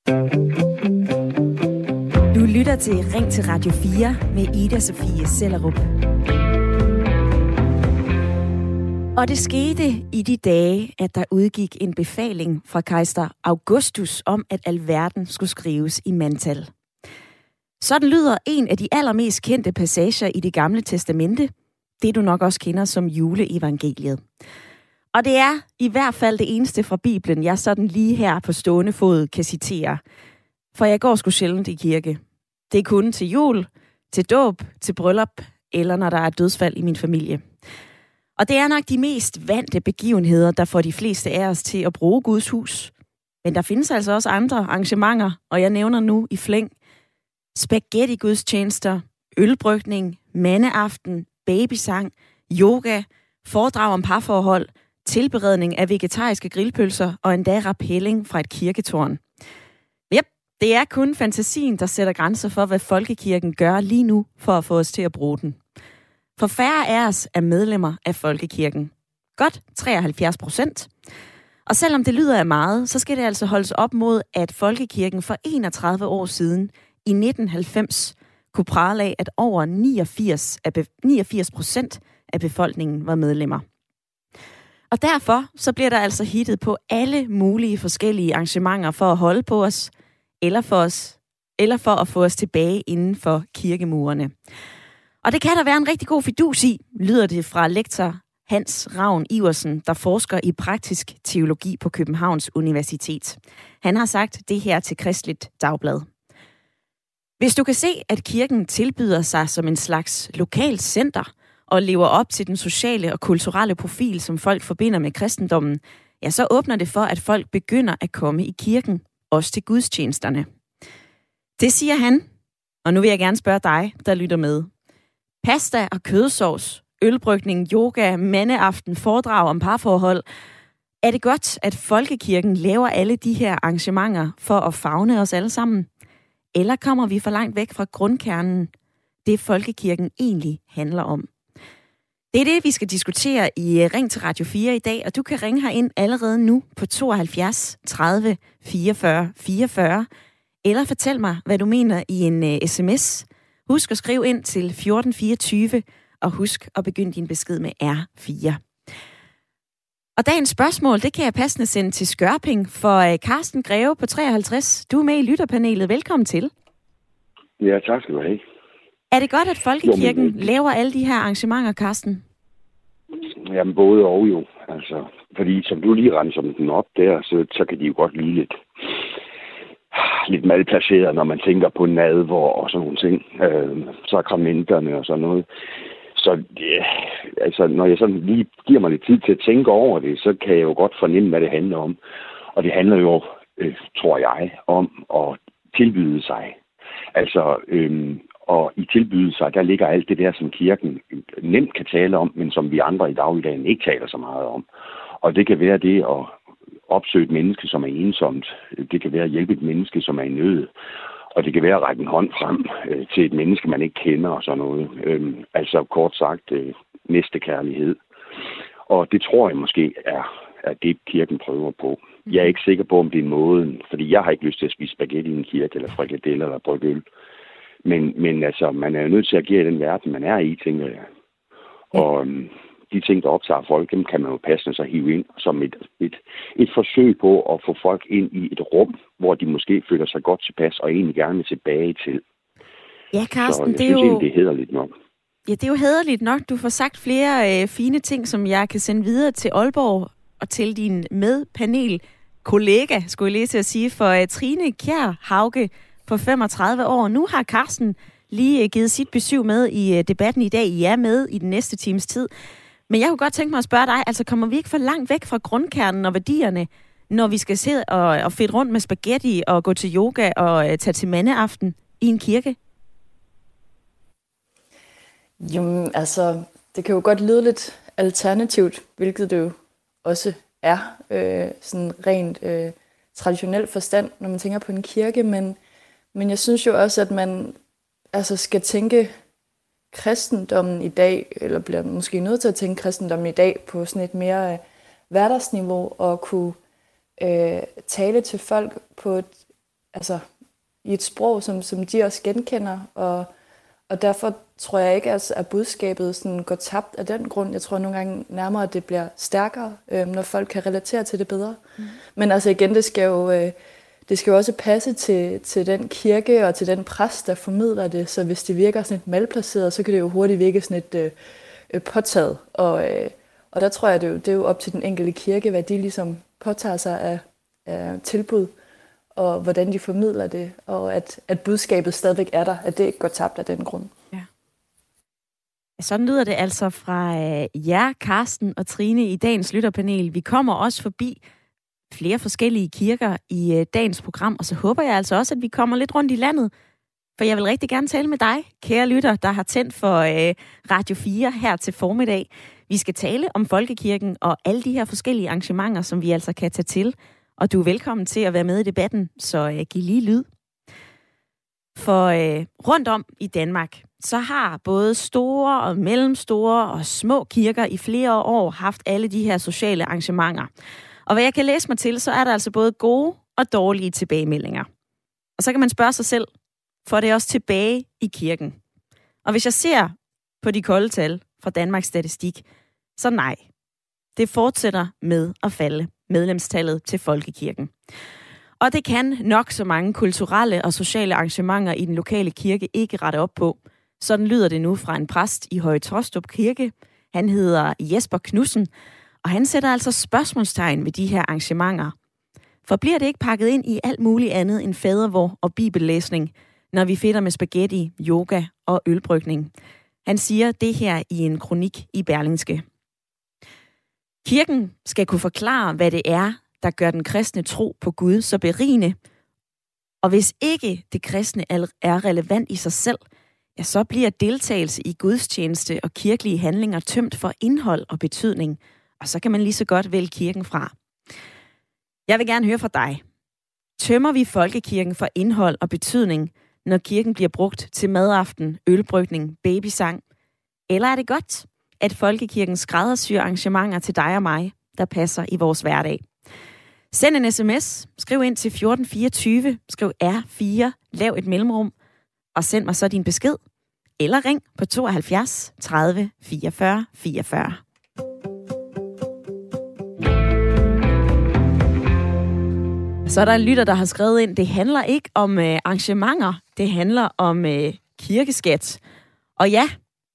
Du lytter til Ring til Radio 4 med Ida Sofie Sellerup. Og det skete i de dage, at der udgik en befaling fra kejser Augustus om, at alverden skulle skrives i mandtal. Sådan lyder en af de allermest kendte passager i Det Gamle Testamente, det du nok også kender som juleevangeliet. Og det er i hvert fald det eneste fra Bibelen, jeg sådan lige her på stående fod kan citere. For jeg går sgu sjældent i kirke. Det er kun til jul, til dåb, til bryllup, eller når der er dødsfald i min familie. Og det er nok de mest vante begivenheder, der får de fleste af os til at bruge Guds hus. Men der findes altså også andre arrangementer, og jeg nævner nu i flæng: spaghetti-gudstjenester, ølbrygning, mandeaften, babysang, yoga, foredrag om parforhold, tilberedning af vegetariske grillpølser og endda rappelling fra et kirketårn. Yep, det er kun fantasien, der sætter grænser for, hvad folkekirken gør lige nu for at få os til at bruge den. For færre af os er medlemmer af folkekirken. Godt 73%. Og selvom det lyder af meget, så skal det altså holdes op mod, at folkekirken for 31 år siden, i 1990, kunne prale af, at over 89% af befolkningen var medlemmer. Og derfor så bliver der altså hittet på alle mulige forskellige arrangementer for at holde på os, eller for at få os tilbage inden for kirkemurene. Og det kan der være en rigtig god fidus i, lyder det fra lektor Hans Ravn Iversen, der forsker i praktisk teologi på Københavns Universitet. Han har sagt det her til Kristeligt Dagblad. Hvis du kan se, at kirken tilbyder sig som en slags lokalt center og lever op til den sociale og kulturelle profil, som folk forbinder med kristendommen, ja, så åbner det for, at folk begynder at komme i kirken, også til gudstjenesterne. Det siger han, og nu vil jeg gerne spørge dig, der lytter med. Pasta og kødsovs, ølbrygning, yoga, mandeaften, foredrag om parforhold. Er det godt, at folkekirken laver alle de her arrangementer for at favne os alle sammen? Eller kommer vi for langt væk fra grundkernen, det folkekirken egentlig handler om? Det er det, vi skal diskutere i Ring til Radio 4 i dag, og du kan ringe herind allerede nu på 72 30 44 44, eller fortæl mig, hvad du mener i en sms. Husk at skrive ind til 1424, og husk at begynde din besked med R4. Og dagens spørgsmål, det kan jeg passende sende til Skørping for Carsten Greve på 53. Du er med i lytterpanelet. Velkommen til. Ja, tak skal du have. Er det godt, at folkekirken laver alle de her arrangementer, Carsten? Jamen, både og jo. Altså, fordi som du lige renser den op der, så kan de jo godt lyde lidt malplaceret, når man tænker på nadver og sådan nogle ting. Sakramenterne og sådan noget. Så altså, når jeg sådan lige giver mig lidt tid til at tænke over det, så kan jeg jo godt fornemme, hvad det handler om. Og det handler jo, tror jeg, om at tilbyde sig. Altså, og i tilbyde sig, der ligger alt det der, som kirken nemt kan tale om, men som vi andre i dagligdagen ikke taler så meget om. Og det kan være det at opsøge et menneske, som er ensomt. Det kan være at hjælpe et menneske, som er i nød. Og det kan være at række en hånd frem til et menneske, man ikke kender og sådan noget. Altså kort sagt, næstekærlighed. Og det tror jeg måske er det, kirken prøver på. Jeg er ikke sikker på, om det er måden, fordi jeg har ikke lyst til at spise spaghetti i en kirke, eller frikadeller, eller brygge øl. Men altså, man er jo nødt til at agere i den verden, man er i, tænker jeg. Og de ting, der optager folk, dem kan man jo passende sig hive ind som et forsøg på at få folk ind i et rum, hvor de måske føler sig godt tilpas, og egentlig gerne vil tilbage til. Ja, Carsten, det er jo... det er hæderligt nok. Ja, det er jo hæderligt nok. Du får sagt flere fine ting, som jeg kan sende videre til Aalborg og til din medpanel-kollega, skulle jeg lige til at sige, for Trine Kjær Hauge på 35 år. Nu har Carsten lige givet sit besøg med i debatten i dag. I er med i den næste times tid. Men jeg kunne godt tænke mig at spørge dig, altså kommer vi ikke for langt væk fra grundkernen og værdierne, når vi skal sidde og fedte rundt med spaghetti og gå til yoga og tage til mandeaften i en kirke? Jamen, altså, det kan jo godt lyde lidt alternativt, hvilket det jo også er, sådan rent traditionel forstand, når man tænker på en kirke, men jeg synes jo også, at man altså skal tænke kristendommen i dag, eller bliver måske nødt til at tænke kristendommen i dag på sådan et mere hverdagsniveau, og kunne tale til folk på et i et sprog, som de også genkender, og derfor tror jeg ikke, at budskabet sådan går tabt af den grund. Jeg tror nogle gange nærmere, at det bliver stærkere, når folk kan relatere til det bedre. Men altså igen, det skal jo også passe til den kirke og til den præst, der formidler det. Så hvis det virker sådan et malplaceret, så kan det jo hurtigt virke sådan et påtaget. Og der tror jeg, det er jo op til den enkelte kirke, hvad de ligesom påtager sig af tilbud, og hvordan de formidler det, og at budskabet stadigvæk er der, at det ikke går tabt af den grund. Ja. Sådan lyder det altså fra jer, Karsten og Trine, i dagens lytterpanel. Vi kommer også forbi flere forskellige kirker i dagens program, og så håber jeg altså også, at vi kommer lidt rundt i landet, for jeg vil rigtig gerne tale med dig, kære lytter, der har tændt for Radio 4 her til formiddag. Vi skal tale om folkekirken og alle de her forskellige arrangementer, som vi altså kan tage til. Og du er velkommen til at være med i debatten, så giv lige lyd. For rundt om i Danmark, så har både store og mellemstore og små kirker i flere år haft alle de her sociale arrangementer. Og hvad jeg kan læse mig til, så er der altså både gode og dårlige tilbagemeldinger. Og så kan man spørge sig selv, får det også tilbage i kirken? Og hvis jeg ser på de kolde tal fra Danmarks Statistik, så nej. Det fortsætter med at falde, medlemstallet til folkekirken. Og det kan nok så mange kulturelle og sociale arrangementer i den lokale kirke ikke rette op på. Sådan lyder det nu fra en præst i Høje Taastrup Kirke. Han hedder Jesper Knudsen, og han sætter altså spørgsmålstegn ved de her arrangementer. For bliver det ikke pakket ind i alt muligt andet end fadervor og bibellæsning, når vi fedter med spaghetti, yoga og ølbrygning? Han siger det her i en kronik i Berlingske. Kirken skal kunne forklare, hvad det er, der gør den kristne tro på Gud så berigende. Og hvis ikke det kristne er relevant i sig selv, ja, så bliver deltagelse i gudstjeneste og kirkelige handlinger tømt for indhold og betydning. Og så kan man lige så godt vælge kirken fra. Jeg vil gerne høre fra dig. Tømmer vi folkekirken for indhold og betydning, når kirken bliver brugt til madaften, ølbrygning, babysang? Eller er det godt, at folkekirken skræddersyr arrangementer til dig og mig, der passer i vores hverdag? Send en sms, skriv ind til 1424, skriv R4, lav et mellemrum, og send mig så din besked. Eller ring på 72 30 44 44. Så er der en lytter, der har skrevet ind, det handler ikke om arrangementer, det handler om kirkeskat. Og ja,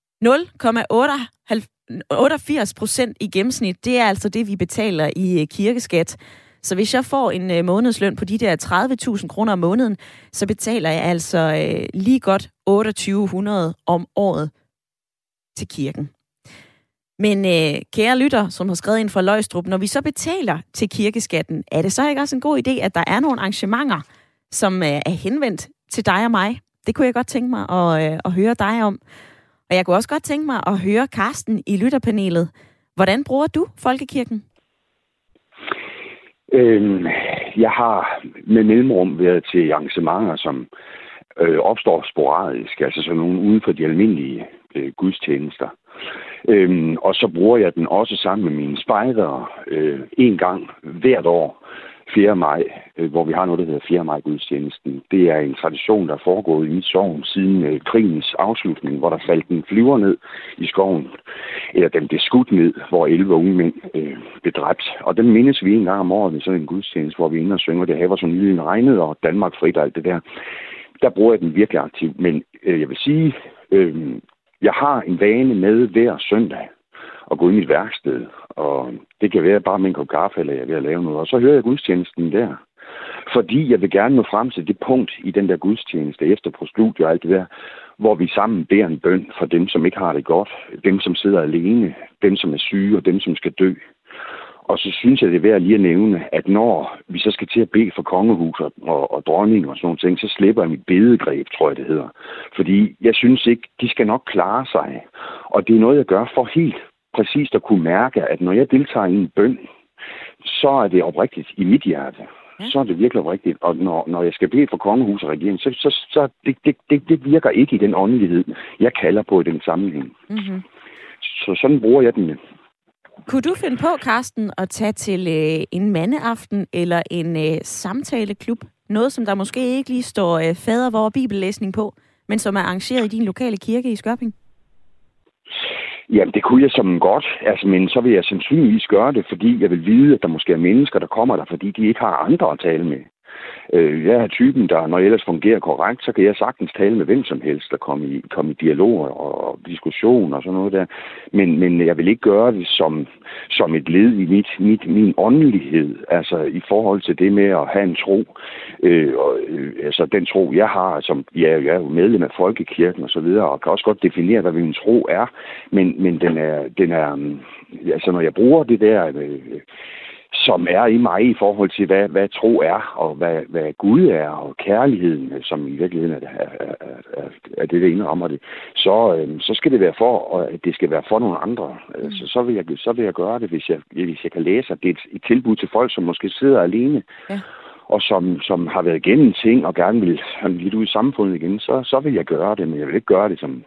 0,88% i gennemsnit, det er altså det, vi betaler i kirkeskat. Så hvis jeg får en månedsløn på de der 30.000 kroner om måneden, så betaler jeg altså lige godt 2800 om året til kirken. Men kære lytter, som har skrevet ind fra Løgstrup, når vi så betaler til kirkeskatten, er det så ikke også en god idé, at der er nogle arrangementer, som er henvendt til dig og mig? Det kunne jeg godt tænke mig at høre dig om. Og jeg kunne også godt tænke mig at høre Karsten i lytterpanelet. Hvordan bruger du folkekirken? Jeg har med mellemrum været til arrangementer, som opstår sporadisk, altså sådan nogle uden for de almindelige gudstjenester. Og så bruger jeg den også sammen med mine spejdere en gang hvert år, 4. maj, hvor vi har noget, der hedder 4. maj gudstjenesten. Det er en tradition, der er foregået i mit sogn siden krigens afslutning, hvor der faldt en flyver ned i skoven, eller den blev skudt ned, hvor 11 unge mænd blev dræbt. Og den mindes vi en gang om året med sådan en gudstjeneste, hvor vi er inde og synger, det haver som nylig regnede, og Danmark frit og alt det der. Der bruger jeg den virkelig aktivt, men jeg vil sige, jeg har en vane med hver søndag at gå ind i mit værksted, og det kan være bare med en kop kaffe, eller jeg er ved at lave noget, og så hører jeg gudstjenesten der. Fordi jeg vil gerne nå frem til det punkt i den der gudstjeneste, efter på studiet og alt det der, hvor vi sammen beder en bøn for dem, som ikke har det godt, dem, som sidder alene, dem, som er syge, og dem, som skal dø. Og så synes jeg, det er værd lige at nævne, at når vi så skal til at bede for kongehuset og dronning og sådan nogle ting, så slipper jeg mit bedegreb, tror jeg det hedder. Fordi jeg synes ikke, de skal nok klare sig. Og det er noget, jeg gør for helt præcist at kunne mærke, at når jeg deltager i en bøn, så er det oprigtigt i mit hjerte. Ja. Så er det virkelig oprigtigt. Og når jeg skal bede for kongehuset og regeringen, så det virker ikke i den åndelighed, jeg kalder på i den sammenhæng. Mm-hmm. Så sådan bruger jeg den. Kunne du finde på, Karsten, at tage til en mandeaften eller en samtaleklub noget, som der måske ikke lige står fader vor bibellæsning på, men som er arrangeret i din lokale kirke i Skørping? Jamen, det kunne jeg som godt, men så vil jeg sandsynligvis gøre det, fordi jeg vil vide, at der måske er mennesker, der kommer der, fordi de ikke har andre at tale med. Jeg er typen, der, når jeg ellers fungerer korrekt, så kan jeg sagtens tale med hvem som helst, der kommer i dialog og diskussion og sådan noget der. Men jeg vil ikke gøre det som et led i min åndelighed, altså i forhold til det med at have en tro. Altså den tro, jeg har, som jeg er jo medlem af Folkekirken og så videre, og kan også godt definere, hvad min tro er, men den er altså når jeg bruger det der som er i mig i forhold til, hvad tro er, og hvad Gud er, og kærligheden, som i virkeligheden er det, der indrammer det, så skal det være for, at det skal være for nogle andre. Så vil jeg gøre det, hvis jeg kan læse, at det er et tilbud til folk, som måske sidder alene, og som har været igennem ting, og gerne vil lidt ud i samfundet igen, så vil jeg gøre det, men jeg vil ikke gøre det som...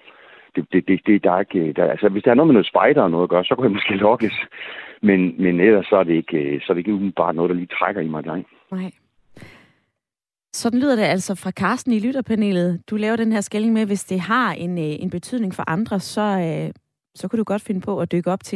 Der er ikke, altså, hvis der er noget med noget spejder og noget at gøre, så kan jeg måske lokkes. Men ellers så er det ikke umiddelbart noget, der lige trækker i mig i gang. Nej. Sådan lyder det altså fra Carsten i lytterpanelet. Du laver den her skelning med, hvis det har en betydning for andre, så kunne du godt finde på at dukke op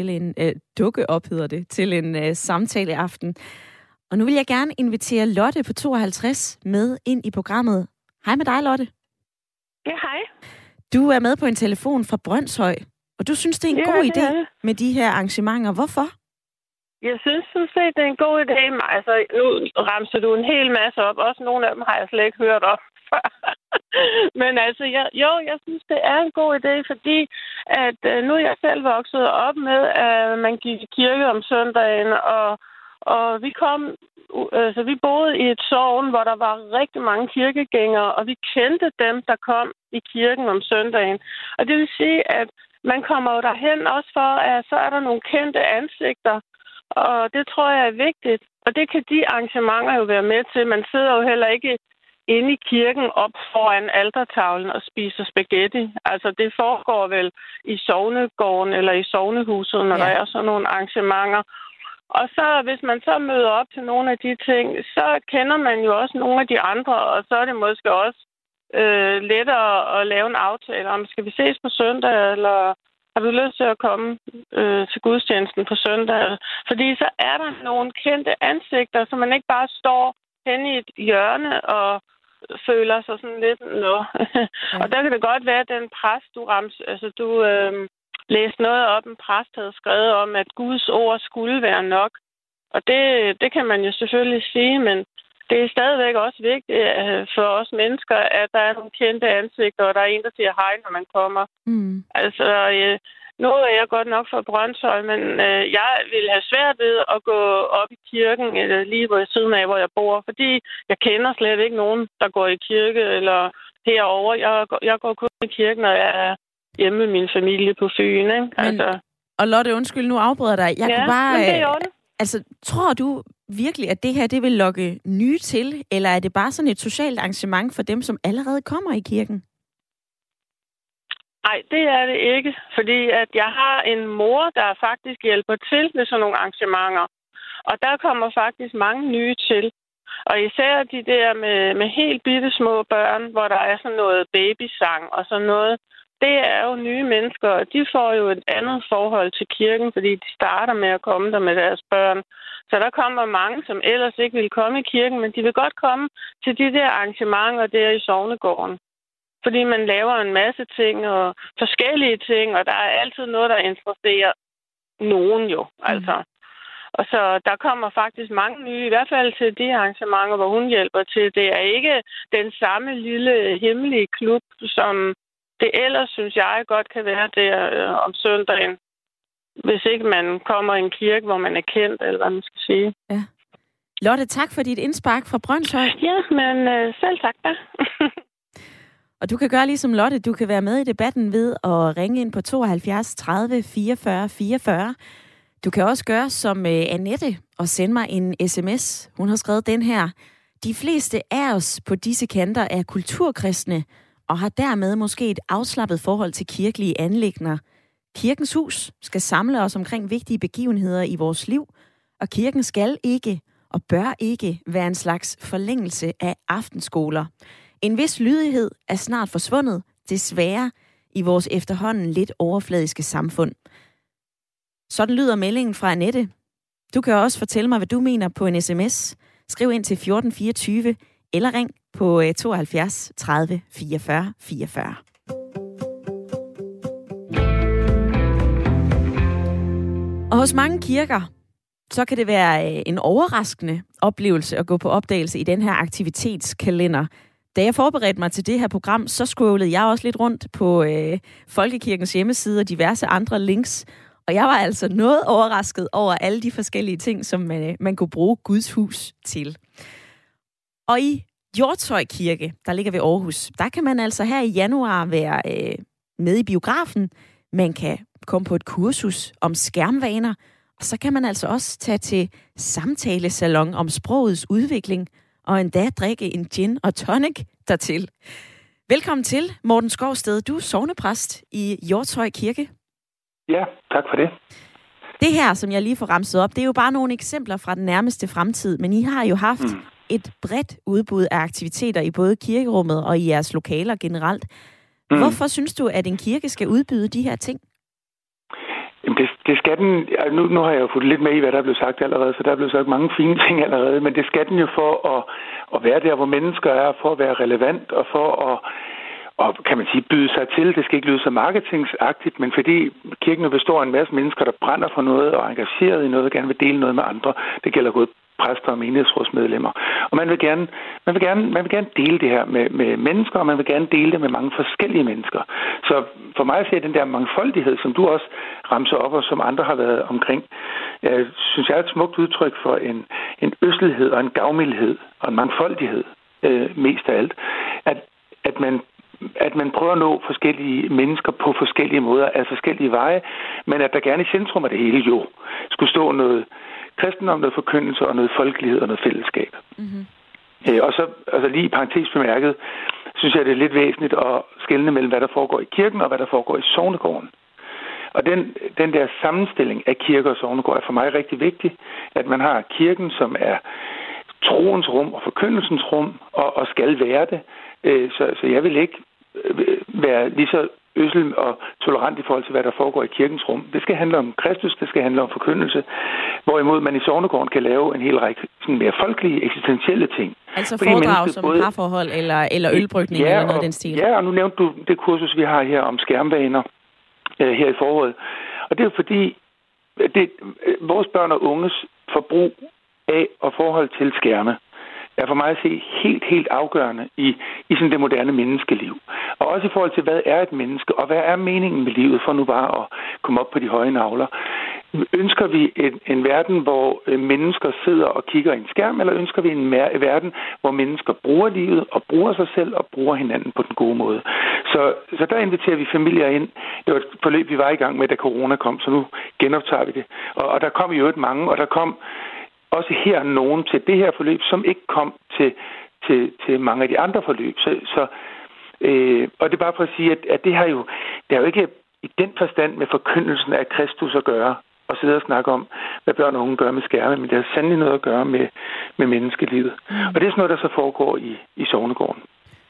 til en samtale aften. Og nu vil jeg gerne invitere Lotte på 52 med ind i programmet. Hej med dig, Lotte. Ja, hej. Du er med på en telefon fra Brønshøj, og du synes, det er en god idé med de her arrangementer. Hvorfor? Jeg synes sådan set, det er en god idé. Altså, nu ramser du en hel masse op. Også nogle af dem har jeg slet ikke hørt om før. Men altså, jeg synes, det er en god idé, fordi at nu er jeg selv vokset op med, at man gik i kirke om søndagen, og vi boede i et sogn, hvor der var rigtig mange kirkegængere, og vi kendte dem, der kom i kirken om søndagen. Og det vil sige, at man kommer jo derhen også for, at så er der nogle kendte ansigter, og det tror jeg er vigtigt. Og det kan de arrangementer jo være med til. Man sidder jo heller ikke inde i kirken op foran altertavlen og spiser spaghetti. Altså det foregår vel i sognegården eller i sognehuset, når der er sådan nogle arrangementer. Og så hvis man så møder op til nogle af de ting, så kender man jo også nogle af de andre, og så er det måske også lettere at lave en aftale om, skal vi ses på søndag, eller har du lyst til at komme til gudstjenesten på søndag? Fordi så er der nogle kendte ansigter, så man ikke bare står hen i et hjørne og føler sig sådan lidt Og der kan det godt være, at den præst, du læste noget op, en præst havde skrevet om, at Guds ord skulle være nok. Og det kan man jo selvfølgelig sige, men det er stadigvæk også vigtigt for os mennesker, at der er nogle kendte ansigter, og der er en, der siger hej, når man kommer. Altså, nu er jeg godt nok fra Brønshøj, men jeg vil have svært ved at gå op i kirken, eller lige ved siden af, hvor jeg bor, fordi jeg kender slet ikke nogen, der går i kirke, eller herover. Jeg går kun i kirken, når jeg er hjemme med min familie på Fyn, ikke? Altså. Og Lotte, undskyld, nu afbryder dig. Jeg kunne bare... Men det er det. Altså, tror du virkelig, at det her, det vil lokke nye til, eller er det bare sådan et socialt arrangement for dem, som allerede kommer i kirken? Nej, det er det ikke, fordi at jeg har en mor, der faktisk hjælper til med sådan nogle arrangementer. Og der kommer faktisk mange nye til. Og især de der med helt bitte små børn, hvor der er sådan noget babysang og sådan noget, det er jo nye mennesker, og de får jo et andet forhold til kirken, fordi de starter med at komme der med deres børn. Så der kommer mange, som ellers ikke vil komme i kirken, men de vil godt komme til de der arrangementer der i sognegården. Fordi man laver en masse ting og forskellige ting, og der er altid noget, der interesserer nogen jo. Altså. Og så der kommer faktisk mange nye, i hvert fald til de arrangementer, hvor hun hjælper til. Det er ikke den samme lille hemmelige klub, som det ellers, synes jeg, godt kan være der om søndagen. Hvis ikke man kommer i en kirke, hvor man er kendt, eller hvad man skal sige. Ja. Lotte, tak for dit indspark fra Brønshøj. Ja, men selv tak da. Og du kan gøre ligesom Lotte. Du kan være med i debatten ved at ringe ind på 72 30 44 44. Du kan også gøre som Annette og sende mig en sms. Hun har skrevet den her. De fleste af os på disse kanter er kulturkristne og har dermed måske et afslappet forhold til kirkelige anliggender. Kirkens hus skal samle os omkring vigtige begivenheder i vores liv, og kirken skal ikke og bør ikke være en slags forlængelse af aftenskoler. En vis lydighed er snart forsvundet, desværre, i vores efterhånden lidt overfladiske samfund. Sådan lyder meldingen fra Annette. Du kan også fortælle mig, hvad du mener på en sms. Skriv ind til 1424 eller ring på 72 30 44 44. Og hos mange kirker, så kan det være en overraskende oplevelse at gå på opdagelse i den her aktivitetskalender. Da jeg forberedte mig til det her program, så scrollede jeg også lidt rundt på Folkekirkens hjemmeside og diverse andre links. Og jeg var altså noget overrasket over alle de forskellige ting, som man kunne bruge Guds hus til. Og i Hjortshøj Kirke, der ligger ved Aarhus, der kan man altså her i januar være med i biografen. Man kan komme på et kursus om skærmvaner, og så kan man altså også tage til samtalesalon om sprogets udvikling, og endda drikke en gin og tonic dertil. Velkommen til, Morten Skovsted. Du er sognepræst i Hjortshøj Kirke. Ja, tak for det. Det her, som jeg lige får ramset op, det er jo bare nogle eksempler fra den nærmeste fremtid, men I har jo haft et bredt udbud af aktiviteter i både kirkerummet og i jeres lokaler generelt. Hvorfor synes du, at en kirke skal udbyde de her ting? Jamen det skal den. Nu har jeg jo fået lidt med i, hvad der er blevet sagt allerede, så der er blevet sagt mange fine ting allerede, men det skal den jo for at være der, hvor mennesker er, for at være relevant og for at kan man sige, byde sig til. Det skal ikke lyde så marketingsagtigt, men fordi kirken består af en masse mennesker, der brænder for noget og er engageret i noget og gerne vil dele noget med andre. Det gælder både præster og menighedsrådsmedlemmer. Og man vil gerne dele det her med mennesker, og man vil gerne dele det med mange forskellige mennesker. Så for mig ser den der mangfoldighed, som du også ramser op, og som andre har været omkring, synes jeg er et smukt udtryk for en øsselhed og en gavmildhed og en mangfoldighed, mest af alt. At man prøver at nå forskellige mennesker på forskellige måder, af forskellige veje, men at der gerne i centrum af det hele jo skulle stå noget kristendom, noget forkyndelse og noget folkelighed og noget fællesskab. Mm-hmm. Og så altså lige i parentes bemærket, synes jeg, det er lidt væsentligt at skelne mellem, hvad der foregår i kirken og hvad der foregår i sognegården. Og den der sammenstilling af kirke og sognegård er for mig rigtig vigtig, at man har kirken, som er troens rum og forkyndelsens rum, og skal være det. Så jeg vil ikke være lige så ødsel og tolerant i forhold til, hvad der foregår i kirkens rum. Det skal handle om Kristus, det skal handle om forkyndelse, hvorimod man i sognegården kan lave en hel række sådan mere folkelige, eksistentielle ting. Altså foredrag som både parforhold eller ølbrygning eller noget af den stil. Ja, og nu nævnte du det kursus, vi har her om skærmvaner her i foråret. Og det er jo fordi, vores børn og unges forbrug af og forhold til skærme er for mig at se helt afgørende i sådan det moderne menneskeliv. Og også i forhold til, hvad er et menneske, og hvad er meningen med livet, for nu bare at komme op på de høje nagler. Ønsker vi en verden, hvor mennesker sidder og kigger i en skærm, eller ønsker vi en verden, hvor mennesker bruger livet og bruger sig selv og bruger hinanden på den gode måde? Så der inviterer vi familier ind. Det var et forløb, vi var i gang med, da corona kom, så nu genoptager vi det. Og der kom jo mange, og der kom også her nogen til det her forløb, som ikke kom til mange af de andre forløb. Og det er bare for at sige, at det har jo ikke i den forstand med forkyndelsen af Kristus at gøre, og sidde og snakke om, hvad børn og unge gør med skærme, men det har sandelig noget at gøre med menneskelivet. Og det er sådan noget, der så foregår i sognegården.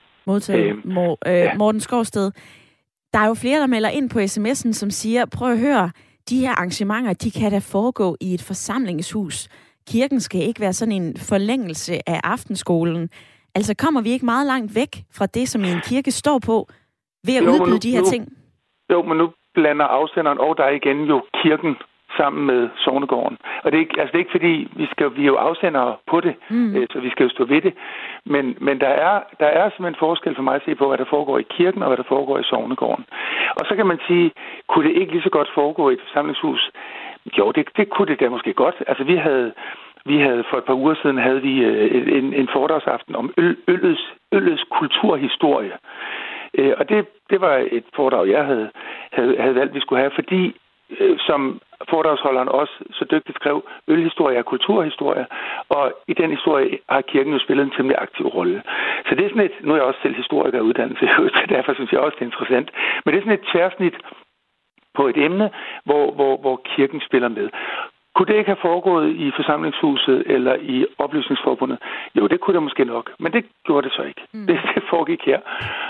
Morten Skovsted, der er jo flere, der melder ind på sms'en, som siger, prøv at høre, de her arrangementer, de kan da foregå i et forsamlingshus. Kirken skal ikke være sådan en forlængelse af aftenskolen. Altså kommer vi ikke meget langt væk fra det, som en kirke står på, ved at udbyde de her ting? Jo, men nu blander afsenderen og der igen jo kirken sammen med sognegården. Og det er ikke fordi, vi er jo afsendere på det, så vi skal jo stå ved det. Men der er simpelthen forskel for mig at se på, hvad der foregår i kirken og hvad der foregår i sognegården. Og så kan man sige, kunne det ikke lige så godt foregå i et forsamlingshus? Jo, det kunne det da måske godt. Altså vi havde for et par uger siden en foredragsaften om øllets kulturhistorie. Og det var et foredrag, jeg havde valgt, vi skulle have, fordi som foredragsholderen også så dygtigt skrev, ølhistorie er kulturhistorie, og i den historie har kirken jo spillet en temmelig aktiv rolle. Så det er sådan nu er jeg også selv historiker uddannelse, så derfor synes jeg også, det er interessant. Men det er sådan et tværsnit på et emne, hvor kirken spiller med. Kunne det ikke have foregået i forsamlingshuset eller i oplysningsforbundet? Jo, det kunne det måske nok, men det gjorde det så ikke. Det foregik her.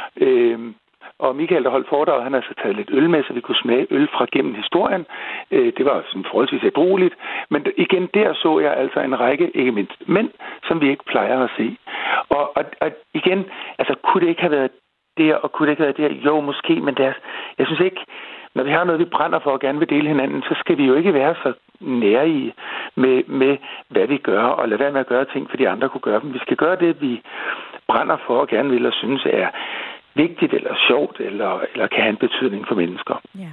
Og Michael, der holdt foredrag, han har så taget lidt øl med, så vi kunne smage øl fra gennem historien. Det var sådan forholdsvis ædrueligt. Men igen, der så jeg altså en række, ikke mindst mænd, som vi ikke plejer at se. Og igen, altså kunne det ikke have været der, og kunne det ikke have været der? Jo, måske, men jeg synes ikke, når vi har noget, vi brænder for og gerne vil dele hinanden, så skal vi jo ikke være så nærige med, hvad vi gør, og lade være med at gøre ting, fordi andre kunne gøre dem. Vi skal gøre det, vi brænder for og gerne vil og synes er vigtigt eller sjovt, eller kan have en betydning for mennesker. Yeah.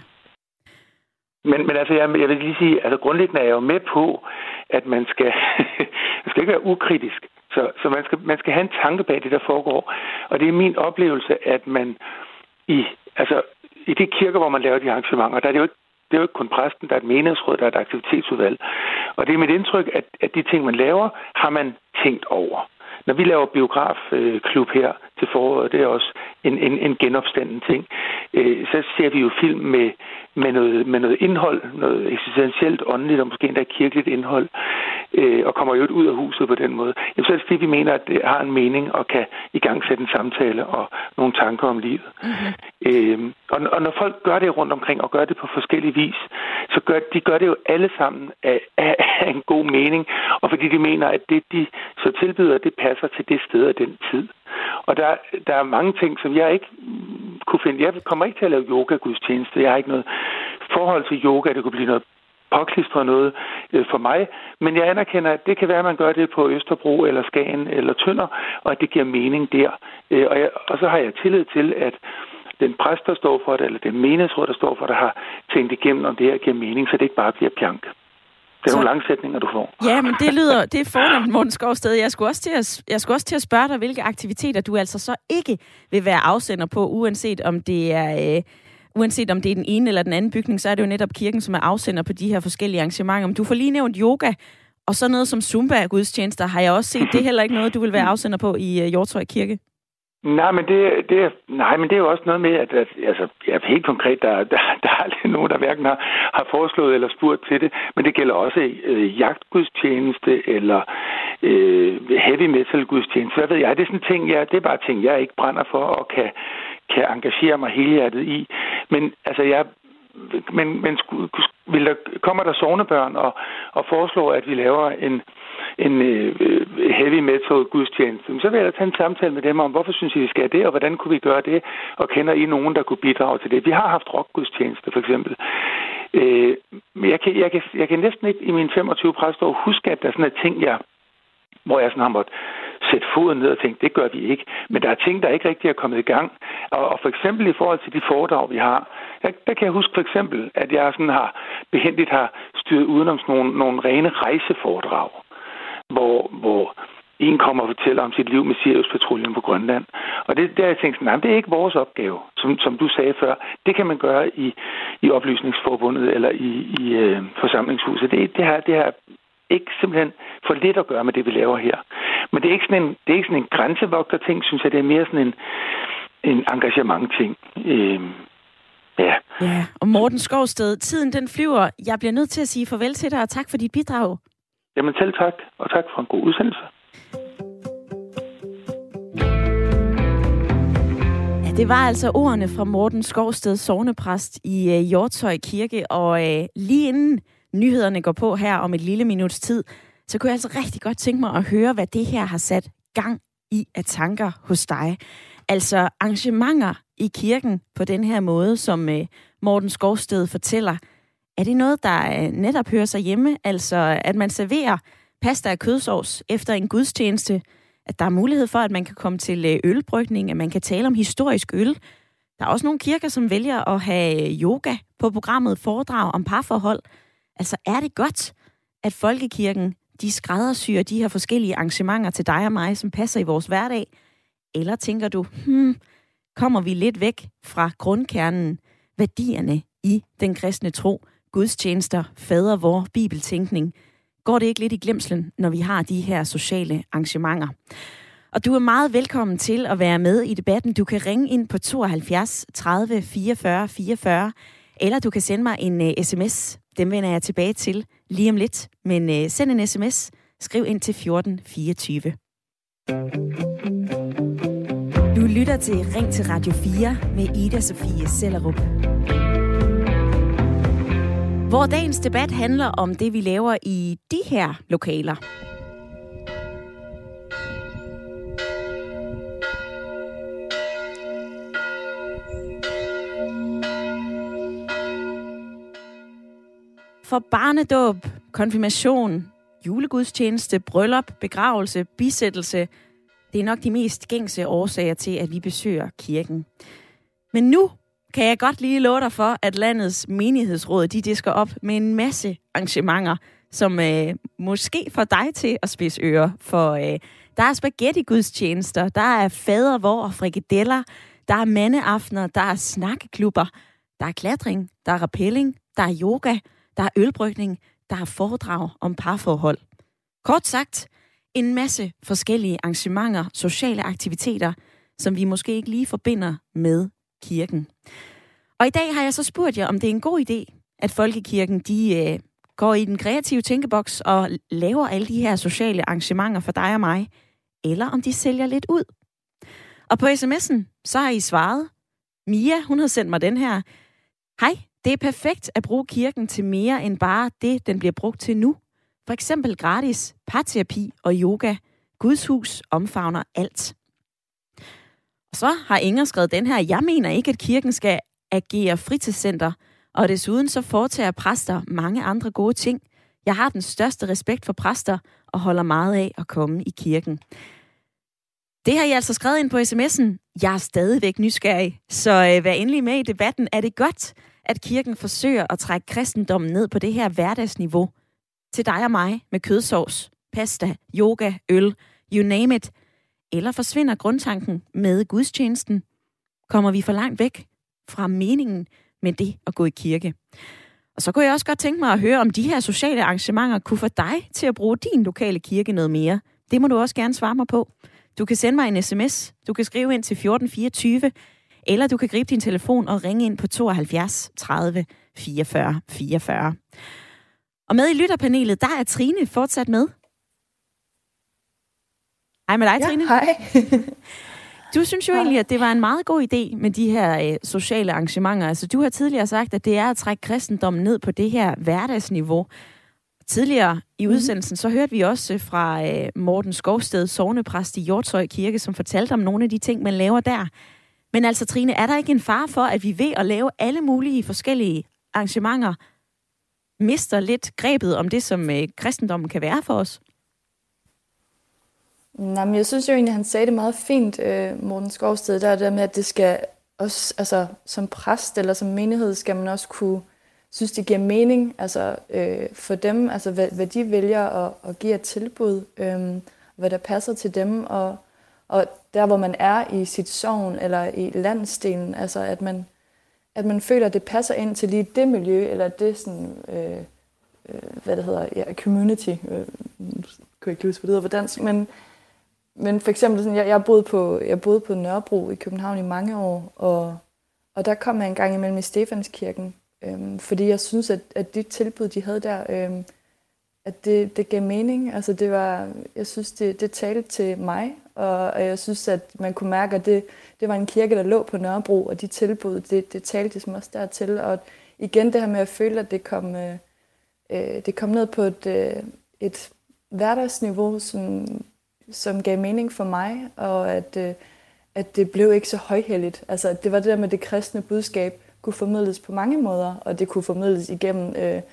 Men altså, jeg vil lige sige, altså grundlæggende er jeg jo med på, at man skal ikke være ukritisk. Så man skal have en tanke bag det, der foregår. Og det er min oplevelse, at man i de kirker, hvor man laver de arrangementer, der er det er jo ikke kun præsten, der er et menighedsråd, der er et aktivitetsudvalg. Og det er mit indtryk, at de ting, man laver, har man tænkt over. Når vi laver biografklub her til foråret, det er også en genopstanden ting, så ser vi jo film med noget indhold, noget eksistentielt, åndeligt og måske endda kirkeligt indhold, og kommer jo ud af huset på den måde. Jamen, så er det fordi, vi mener, at det har en mening og kan igangsætte en samtale og nogle tanker om livet. Mm-hmm. Og når folk gør det rundt omkring og gør det på forskellige vis, så gør det jo alle sammen af en god mening, og fordi de mener, at det, de så tilbyder, det passer til det sted og den tid. Og der er mange ting, som jeg ikke kunne finde. Jeg kommer ikke til at lave yoga-gudstjeneste. Jeg har ikke noget forhold til yoga. Det kunne blive noget påklistret noget for mig. Men jeg anerkender, at det kan være, at man gør det på Østerbro eller Skagen eller Tønder, og at det giver mening der. Og så har jeg tillid til, at den præst, der står for det, eller den menighedsråd, der står for det, har tænkt igennem, om det her giver mening, så det ikke bare bliver pjank. Det er nogle lange sætninger, du får. Ja, men det er fornemt, Morten Skovsted. Jeg skulle også til at spørge dig, hvilke aktiviteter du altså så ikke vil være afsender på, uanset om det er den ene eller den anden bygning, så er det jo netop kirken, som er afsender på de her forskellige arrangementer. Men du får lige nævnt yoga, og så noget som Zumba-gudstjenester. Har jeg også set, det er heller ikke noget, du vil være afsender på i Hjortshøj Kirke? Nej, men det er jo også noget med, at helt konkret, der er aldrig nogen, der hverken har foreslået eller spurgt til det, men det gælder også jagtgudstjeneste eller heavy metal gudstjeneste. Hvad ved jeg? Det er sådan ting, det er bare ting, jeg ikke brænder for og kan engagere mig helhjertet i. Men altså, kommer der sognebørn og foreslår, at vi laver en heavy metal gudstjeneste, så vil jeg da tage en samtale med dem om, hvorfor synes I, vi skal det, og hvordan kunne vi gøre det, og kender I nogen, der kunne bidrage til det? Vi har haft rockgudstjeneste, for eksempel. Men jeg kan næsten ikke i mine 25 præstår huske, at der er sådan en ting, hvor jeg sådan har måttet sætte foden ned og tænke, det gør vi ikke. Men der er ting, der ikke rigtig er kommet i gang. Og for eksempel i forhold til de foredrag, vi har, der kan jeg huske for eksempel, at jeg sådan behendigt har styret udenom sådan nogle rene rejseforedrag, hvor en kommer og fortæller om sit liv med Sirius-patruljen på Grønland. Og det der jeg tænkte, nej, det er ikke vores opgave, som du sagde før. Det kan man gøre i oplysningsforbundet eller i forsamlingshuset. Det har ikke simpelthen for lidt at gøre med det, vi laver her. Men det er ikke sådan en grænsevogter-ting, synes jeg. Det er mere sådan en engagement-ting. Ja, og Morten Skovsted, tiden den flyver. Jeg bliver nødt til at sige farvel til dig, og tak for dit bidrag. Jamen selv tak, og tak for en god udsendelse. Ja, det var altså ordene fra Morten Skovsted, sognepræst i Hjortshøj Kirke, og lige inden nyhederne går på her om et lille minuts tid, så kunne jeg altså rigtig godt tænke mig at høre, hvad det her har sat gang i af tanker hos dig. Altså arrangementer i kirken på den her måde, som Morten Skovsted fortæller. Er det noget, der netop hører sig hjemme? Altså at man serverer pasta og kødsovs efter en gudstjeneste, at der er mulighed for, at man kan komme til ølbrygning, at man kan tale om historisk øl. Der er også nogle kirker, som vælger at have yoga på programmet, foredrag om parforhold. Altså er det godt, at folkekirken de skræddersyrer de her forskellige arrangementer til dig og mig, som passer i vores hverdag? Eller tænker du, kommer vi lidt væk fra grundkernen, værdierne i den kristne tro, gudstjenester, fader vor, bibeltænkning? Går det ikke lidt i glemslen, når vi har de her sociale arrangementer? Og du er meget velkommen til at være med i debatten. Du kan ringe ind på 72 30 44 44, eller du kan sende mig en sms. Dem vender jeg tilbage til lige om lidt. Men send en sms, skriv ind til 1424. Du lytter til Ring til Radio 4 med Ida Sofie Sellerup. Hvor dagens debat handler om det, vi laver i de her lokaler. For barnedåb, konfirmation, julegudstjeneste, bryllup, begravelse, bisættelse, det er nok de mest gængse årsager til, at vi besøger kirken. Men nu kan jeg godt lige love dig for, at landets menighedsråd, de disker op med en masse arrangementer, som måske får dig til at spidse ører. For der er spaghetti-gudstjenester, der er fadervor og frikadeller, der er mandeaftener, der er snakkeklubber, der er klatring, der er rappelling, der er yoga, der er ølbrygning, der er foredrag om parforhold. Kort sagt, en masse forskellige arrangementer, sociale aktiviteter, som vi måske ikke lige forbinder med kirken. Og i dag har jeg så spurgt jer, om det er en god idé, at folkekirken de går i den kreative tænkeboks og laver alle de her sociale arrangementer for dig og mig, eller om de sælger lidt ud. Og på sms'en, så har I svaret. Mia, hun har sendt mig den her. Hej, det er perfekt at bruge kirken til mere end bare det, den bliver brugt til nu. For eksempel gratis parterapi og yoga. Guds hus omfavner alt. Og så har Inger skrevet den her. Jeg mener ikke, at kirken skal agere fritidscenter, og desuden så foretager præster mange andre gode ting. Jeg har den største respekt for præster og holder meget af at komme i kirken. Det har I altså skrevet ind på sms'en. Jeg er stadigvæk nysgerrig, så vær endelig med i debatten. Er det godt, at kirken forsøger at trække kristendommen ned på det her hverdagsniveau? Til dig og mig med kødsovs, pasta, yoga, øl, you name it. Eller forsvinder grundtanken med gudstjenesten? Kommer vi for langt væk fra meningen med det at gå i kirke? Og så kunne jeg også godt tænke mig at høre, om de her sociale arrangementer kunne få dig til at bruge din lokale kirke noget mere. Det må du også gerne svare mig på. Du kan sende mig en sms, du kan skrive ind til 1424, eller du kan gribe din telefon og ringe ind på 72 30 44 44. Og med i lytterpanelet, der er Trine fortsat med. Hej med dig, Trine. Ja, hej. Du synes jo egentlig, at det var en meget god idé med de her sociale arrangementer. Altså, du har tidligere sagt, at det er at trække kristendommen ned på det her hverdagsniveau. Tidligere i udsendelsen, så hørte vi også fra Morten Skovsted, sognepræst i Hjortshøj Kirke, som fortalte om nogle af de ting, man laver der. Men altså, Trine, er der ikke en fare for, at vi ved at lave alle mulige forskellige arrangementer, mister lidt grebet om det, som kristendommen kan være for os? Nej, men jeg synes jo egentlig, han sagde det meget fint, Morten Skovsted, der med, at det skal også, altså som præst eller som menighed, skal man også kunne synes, det giver mening, altså for dem, altså hvad de vælger at give et tilbud, hvad der passer til dem, og der, hvor man er i sit sogn eller i landsdelen, altså at man føler, at det passer ind til lige det miljø, eller det sådan, hvad det hedder, ja, community, kunne ikke huske, hvad det hedder på dansk, men for eksempel, sådan, jeg boede på Nørrebro i København i mange år, og der kom jeg en gang imellem i Stefanskirken, fordi jeg synes, at de tilbud, de havde der, at det gav mening. Altså jeg synes, det talte til mig, og jeg synes, at man kunne mærke, at det var en kirke, der lå på Nørrebro, og de tilbud, det talte ligesom også dertil. Og igen det her med at føle, at det kom ned på et hverdagsniveau, som gav mening for mig, og at det blev ikke så højhelligt. Altså det var det der med det kristne budskab, kunne formidles på mange måder, og det kunne formidles igennem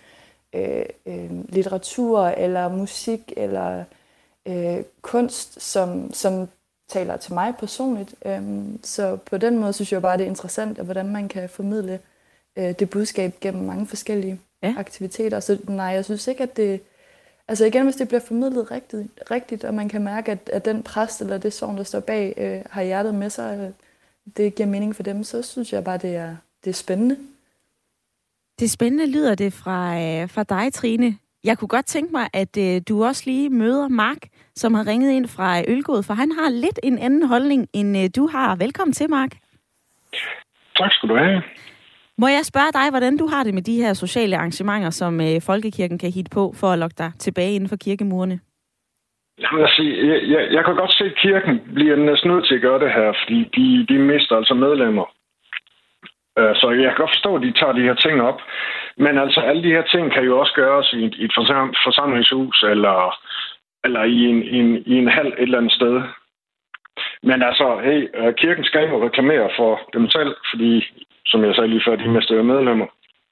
litteratur eller musik eller kunst, som taler til mig personligt. Så på den måde synes jeg bare, det er interessant, hvordan man kan formidle det budskab gennem mange forskellige aktiviteter. Så nej, jeg synes ikke, at det... Altså igen, hvis det bliver formidlet rigtigt, og man kan mærke, at den præst eller det sogn, der står bag, har hjertet med sig, det giver mening for dem, så synes jeg bare, det er spændende. Det spændende lyder det fra dig, Trine. Jeg kunne godt tænke mig, at du også lige møder Mark, som har ringet ind fra Ølgod, for han har lidt en anden holdning, end du har. Velkommen til, Mark. Tak skal du have. Må jeg spørge dig, hvordan du har det med de her sociale arrangementer, som Folkekirken kan hitte på for at lokke dig tilbage inden for kirkemurene? Jamen, altså, jeg kan godt se, at kirken bliver næsten nødt til at gøre det her, fordi de mister altså medlemmer. Så jeg kan godt forstå, at de tager de her ting op. Men altså, alle de her ting kan jo også gøres i et forsamlingshus, eller i en hal et eller andet sted. Men altså, kirken skal jo reklamere for dem selv, fordi, som jeg sagde lige før, de mister medlemmer.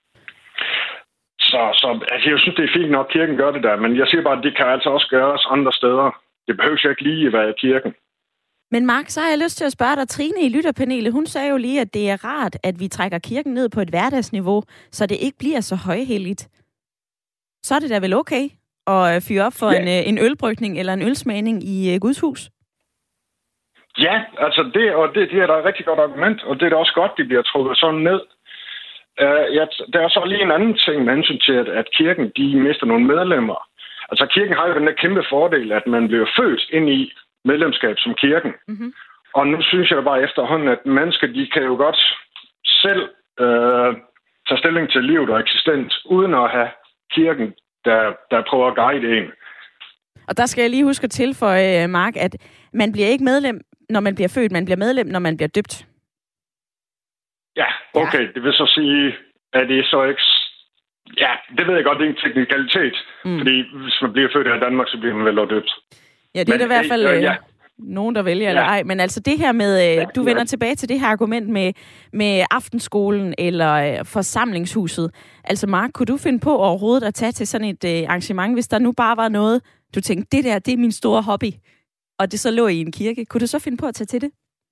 Så altså, jeg synes, det er fint nok, at kirken gør det der, men jeg siger bare, at det kan altså også gøres andre steder. Det behøver jo ikke lige at være i kirken. Men Mark, så har jeg lyst til at spørge dig. Trine i lytterpanelet, hun sagde jo lige, at det er rart, at vi trækker kirken ned på et hverdagsniveau, så det ikke bliver så højhelligt. Så er det da vel okay at fyre op for en ølbrygning eller en ølsmagning i Guds hus? Ja, altså det er da et rigtig godt argument, og det er da også godt, de bliver trukket sådan ned. Der er så lige en anden ting med hensyn til, at kirken de mister nogle medlemmer. Altså kirken har jo den der kæmpe fordel, at man bliver født ind i medlemskab som kirken. Mm-hmm. Og nu synes jeg bare efterhånden, at mennesker de kan jo godt selv tage stilling til livet og eksistens, uden at have kirken, der prøver at guide en. Og der skal jeg lige huske at tilføje, Mark, at man bliver ikke medlem, når man bliver født. Man bliver medlem, når man bliver døbt. Ja, okay. Ja. Det vil så sige, at det er så ikke... Ja, det ved jeg godt, det er en teknikalitet. Fordi hvis man bliver født her i Danmark, så bliver man vel døbt. Ja, det er der i hvert fald nogen, der vælger eller ej. Men altså det her med, du vender tilbage til det her argument med aftenskolen eller forsamlingshuset. Altså Mark, kunne du finde på overhovedet at tage til sådan et arrangement, hvis der nu bare var noget, du tænkte, det er min store hobby, og det så lå i en kirke. Kunne du så finde på at tage til det?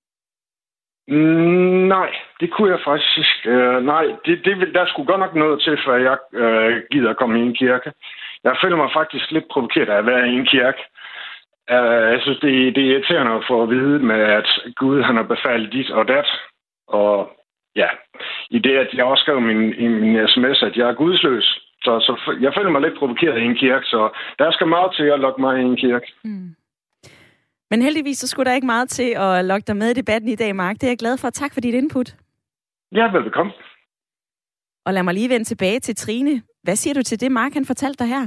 Nej, det kunne jeg faktisk. Nej, der skulle godt nok noget til, før jeg gider at komme i en kirke. Jeg føler mig faktisk lidt provokeret af at være i en kirke. Jeg synes, det er irriterende at få at vide med, at Gud han har befalet dit og dat. Og ja, i det, at jeg også skrev i min sms, at jeg er gudsløs. Så jeg føler mig lidt provokeret i en kirke, så der skal meget til at lokke mig i en kirke. Mm. Men heldigvis, så skulle der ikke meget til at lokke dig med i debatten i dag, Mark. Det er jeg glad for. Tak for dit input. Ja, velbekomme. Og lad mig lige vende tilbage til Trine. Hvad siger du til det, Mark han fortalte dig her?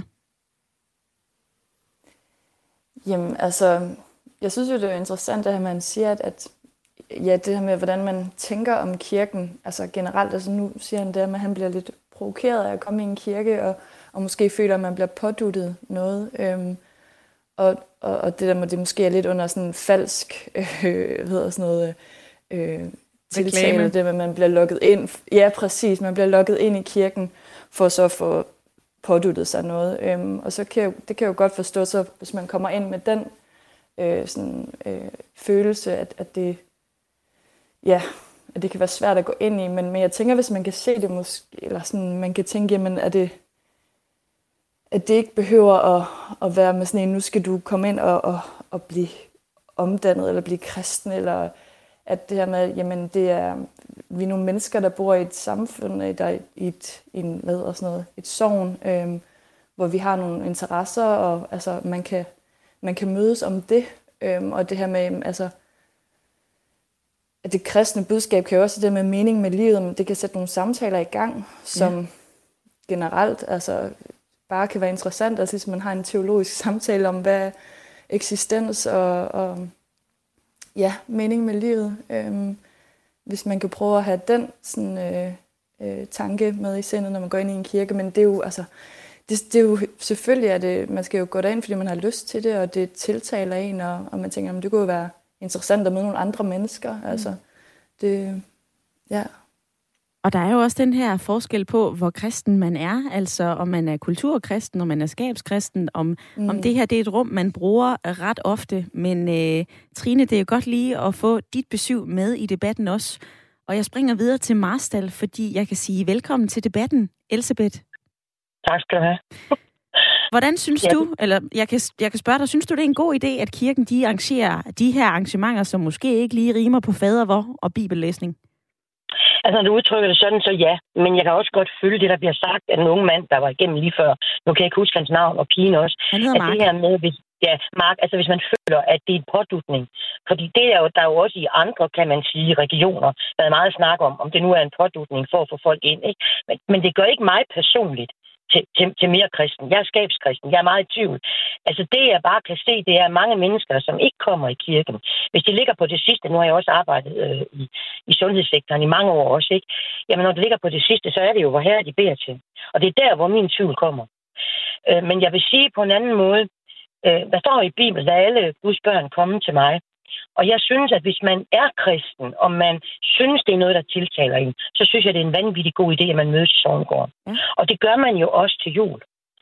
Jamen, altså, jeg synes jo, det er interessant, at man siger, at det her med, hvordan man tænker om kirken, altså generelt, altså nu siger han det, at han bliver lidt provokeret af at komme i en kirke, og måske føler, at man bliver påduttet noget. Og det der med, det måske er lidt under sådan en falsk, tiltale, det med, at man bliver lukket ind. Ja, præcis, man bliver lukket ind i kirken, for så at få påduttet sig noget. Og så kan jeg jo godt forstå, så hvis man kommer ind med den følelse, at det, at det kan være svært at gå ind i, men jeg tænker, hvis man kan se det måske, eller sådan, man kan tænke, jamen, at det ikke behøver at være med sådan en, nu skal du komme ind og blive omdannet, eller blive kristen, eller at det her med, jamen, vi er nogle mennesker, der bor i et samfund, der i et sogn, hvor vi har nogle interesser, og altså, man kan mødes om det, og det her med, altså, at det kristne budskab kan jo også det med mening med livet, men det kan sætte nogle samtaler i gang, som generelt, altså, bare kan være interessant, altså hvis man har en teologisk samtale om, hvad eksistens og mening med livet. Hvis man kan prøve at have den sådan, tanke med i sindet, når man går ind i en kirke, men det er jo, altså, det er jo selvfølgelig, at man skal jo gå derind, fordi man har lyst til det, og det tiltaler en, og man tænker, det kunne jo være interessant at møde nogle andre mennesker. Altså, det, ja. Og der er jo også den her forskel på, hvor kristen man er, altså om man er kulturkristen, om man er skabskristen, om det her det er et rum, man bruger ret ofte. Men Trine, det er jo godt lige at få dit besøg med i debatten også. Og jeg springer videre til Marstal, fordi jeg kan sige velkommen til debatten, Elsebeth. Tak skal du have. Hvordan synes du, eller jeg kan spørge dig, synes du det er en god idé, at kirken de arrangerer de her arrangementer, som måske ikke lige rimer på fadervor og bibellæsning? Altså, når du udtrykker det sådan, så ja. Men jeg kan også godt følge det, der bliver sagt af en unge mand, der var igennem lige før. Nu kan jeg ikke huske hans navn, og pigen også. Han hedder Mark. Det her med, Ja, Mark, altså hvis man føler, at det er en pådutning. Fordi det er jo, der er jo også i andre, kan man sige, regioner, der er meget snak om det nu er en pådutning for at få folk ind. Ikke? Men det gør ikke mig personligt til mere kristen. Jeg er skabskristen. Jeg er meget i tvivl. Altså det, jeg bare kan se, det er mange mennesker, som ikke kommer i kirken. Hvis det ligger på det sidste, nu har jeg også arbejdet i sundhedssektoren i mange år også, ikke? Jamen når det ligger på det sidste, så er det jo, hvor Herre de beder til. Og det er der, hvor min tvivl kommer. Men jeg vil sige på en anden måde, der står i Bibelen, der er alle Guds børn kommet til mig. Og jeg synes, at hvis man er kristen, og man synes, det er noget, der tiltaler en, så synes jeg, det er en vanvittig god idé, at man mødes i sognegården. Ja. Og det gør man jo også til jul.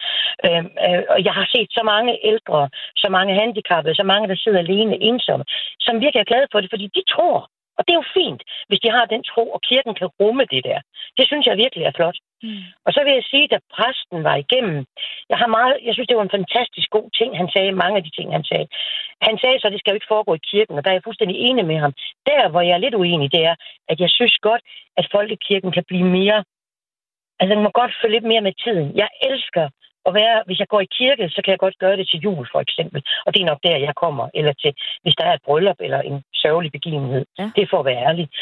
Og jeg har set så mange ældre, så mange handicappede, så mange, der sidder alene, ensomme, som virkelig er glade for det, fordi de tror. Og det er jo fint, hvis de har den tro, og kirken kan rumme det der. Det synes jeg virkelig er flot. Og så vil jeg sige, at præsten var igennem. Jeg synes, det var en fantastisk god ting, han sagde. Mange af de ting, han sagde. Han sagde så, at det skal jo ikke foregå i kirken, og der er jeg fuldstændig enig med ham. Der, hvor jeg er lidt uenig, det er, at jeg synes godt, at folkekirken kan blive mere. Altså, den må godt følge lidt mere med tiden. Jeg elsker at være, hvis jeg går i kirke, så kan jeg godt gøre det til jul, for eksempel. Og det er nok der, jeg kommer. Eller til, hvis der er et bryllup eller en sørgelig begivenhed. Ja. Det er for at være ærlig.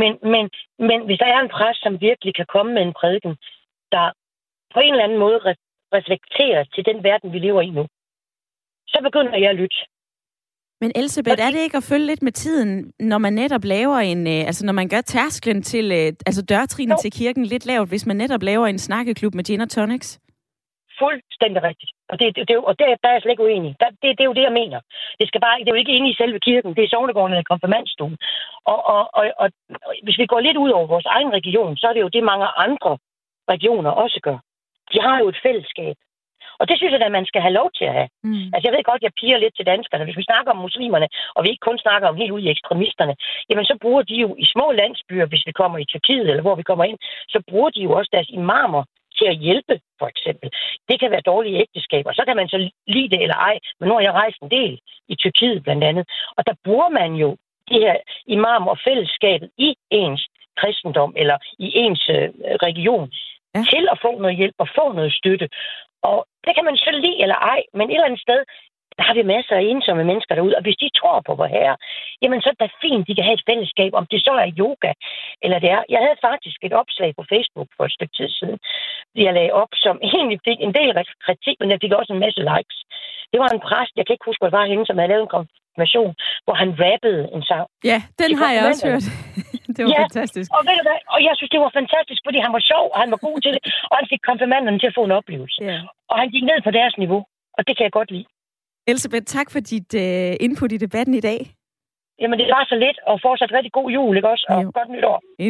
Men hvis der er en præst, som virkelig kan komme med en prædiken, der på en eller anden måde reflekterer til den verden, vi lever i nu, så begynder jeg at lytte. Men Elsebeth, er det ikke at følge lidt med tiden, når man netop laver når man gør tærsklen til, dørtrinen til kirken lidt lavt, hvis man netop laver en snakkeklub med gin og tonics? Fuldstændig rigtigt. Og der er jeg slet ikke uenig. Det er jo det, jeg mener. Det er jo ikke inde i selve kirken. Det er sognegården eller konfirmandstuen. Og hvis vi går lidt ud over vores egen region, så er det jo det, mange andre regioner også gør. De har jo et fællesskab. Og det synes jeg, at man skal have lov til at have. Altså, jeg ved godt, jeg piger lidt til danskerne. Hvis vi snakker om muslimerne, og vi ikke kun snakker om helt ud i ekstremisterne, jamen så bruger de jo i små landsbyer, hvis vi kommer i Tyrkiet, eller hvor vi kommer ind, så bruger de jo også deres imamer til at hjælpe, for eksempel. Det kan være dårlige ægteskaber. Så kan man så lide det eller ej. Men nu har jeg rejst en del i Tyrkiet blandt andet. Og der bruger man jo de her imamer og fællesskabet i ens kristendom, eller i ens region, til at få noget hjælp og få noget støtte. Og det kan man så lide eller ej, men et eller andet sted, der har vi masser af ensomme mennesker derude, og hvis de tror på vor Herre, jamen så er det fint, de kan have et fællesskab, om det så er yoga, eller det er. Jeg havde faktisk et opslag på Facebook for et stykke tid siden, jeg lagde op, som egentlig fik en del kritik, men jeg fik også en masse likes. Det var en præst, jeg kan ikke huske, hvad det var hende, som havde lavet en konfirmation, hvor han rappede en sang. Ja, den har jeg også hørt. Det var fantastisk. Og ved du hvad? Og jeg synes, det var fantastisk, fordi han var sjov, og han var god til det, og han fik konfirmanderne til at få en oplevelse. Ja. Og han gik ned på deres niveau, og det kan jeg godt lide. Elsebeth, tak for dit input i debatten i dag. Jamen, det var så lidt, og fortsat rigtig god jul, ikke også? Og godt nytår. I